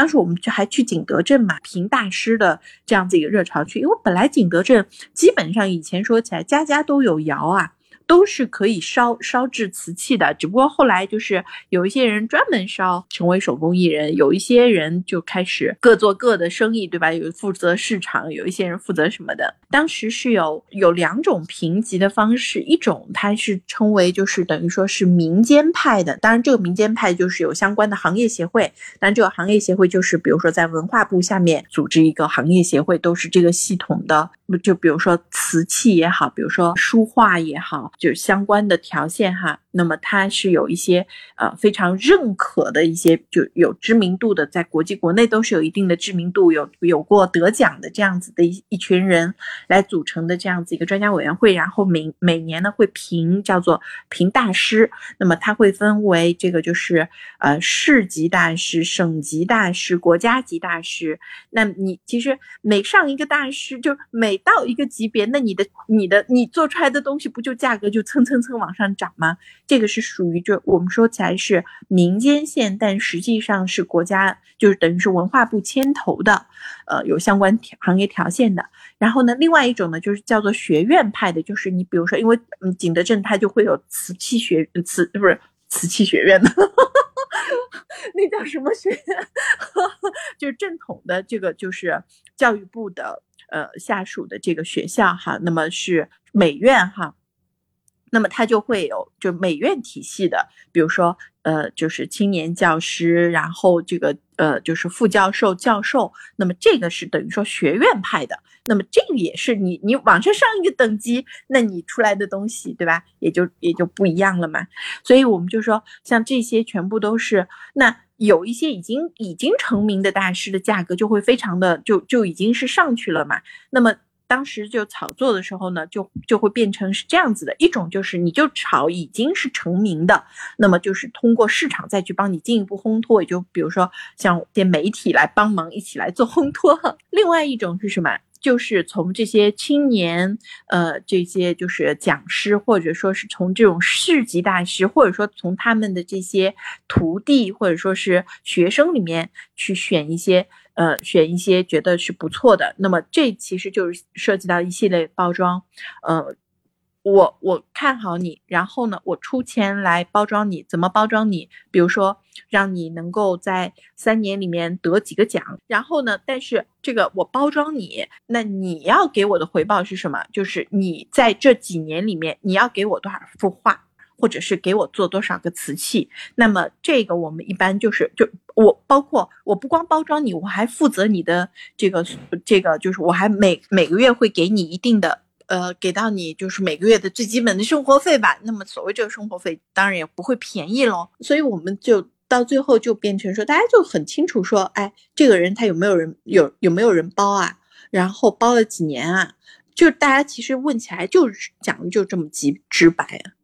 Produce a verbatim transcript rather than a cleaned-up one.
当时我们就还去景德镇嘛，评大师的这样子一个热潮去，因为本来景德镇基本上以前说起来家家都有窑啊，都是可以烧烧制瓷器的，只不过后来就是有一些人专门烧，成为手工艺人，有一些人就开始各做各的生意，对吧？有负责市场，有一些人负责什么的。当时是有有两种评级的方式，一种它是称为就是等于说是民间派的，当然这个民间派就是有相关的行业协会，但这个行业协会就是比如说在文化部下面组织一个行业协会，都是这个系统的，就比如说瓷器也好，比如说书画也好，就是相关的条线哈，那么它是有一些呃非常认可的一些就有知名度的，在国际国内都是有一定的知名度，有有过得奖的这样子的一一群人来组成的这样子一个专家委员会，然后每每年呢会评叫做评大师，那么它会分为这个就是呃市级大师、省级大师、国家级大师。那你其实每上一个大师，就每到一个级别，那你的你的你做出来的东西不就价格就蹭蹭蹭往上涨吗？这个是属于就我们说起来是民间线，但实际上是国家就是等于是文化部牵头的，呃有相关行业条线的。然后呢另外一种呢就是叫做学院派的，就是你比如说因为嗯景德镇它就会有瓷器学瓷不是瓷器学院的那叫什么学院就是正统的这个就是教育部的呃下属的这个学校哈，那么是美院哈，那么它就会有就美院体系的，比如说呃就是青年教师，然后这个呃就是副教授、教授，那么这个是等于说学院派的，那么这个也是你你往上上一个等级，那你出来的东西对吧，也就也就不一样了嘛。所以我们就说像这些全部都是，那有一些已经已经成名的大师的价格就会非常的就就已经是上去了嘛。那么当时就炒作的时候呢，就就会变成是这样子的，一种就是你就炒已经是成名的，那么就是通过市场再去帮你进一步烘托，也就比如说像些媒体来帮忙一起来做烘托。另外一种是什么？就是从这些青年呃这些就是讲师，或者说是从这种市级大师，或者说从他们的这些徒弟或者说是学生里面去选一些呃选一些觉得是不错的，那么这其实就是涉及到一系列包装，呃我我看好你，然后呢我出钱来包装你。怎么包装你？比如说让你能够在三年里面得几个奖，然后呢但是这个我包装你，那你要给我的回报是什么？就是你在这几年里面你要给我多少幅画，或者是给我做多少个瓷器。那么这个我们一般就是就我包括我不光包装你，我还负责你的这个这个就是我还每每个月会给你一定的呃，给到你就是每个月的最基本的生活费吧。那么所谓这个生活费当然也不会便宜咯，所以我们就到最后就变成说大家就很清楚说，哎，这个人他有没有人有有没有人包啊，然后包了几年啊，就大家其实问起来就是讲的就这么直直白啊。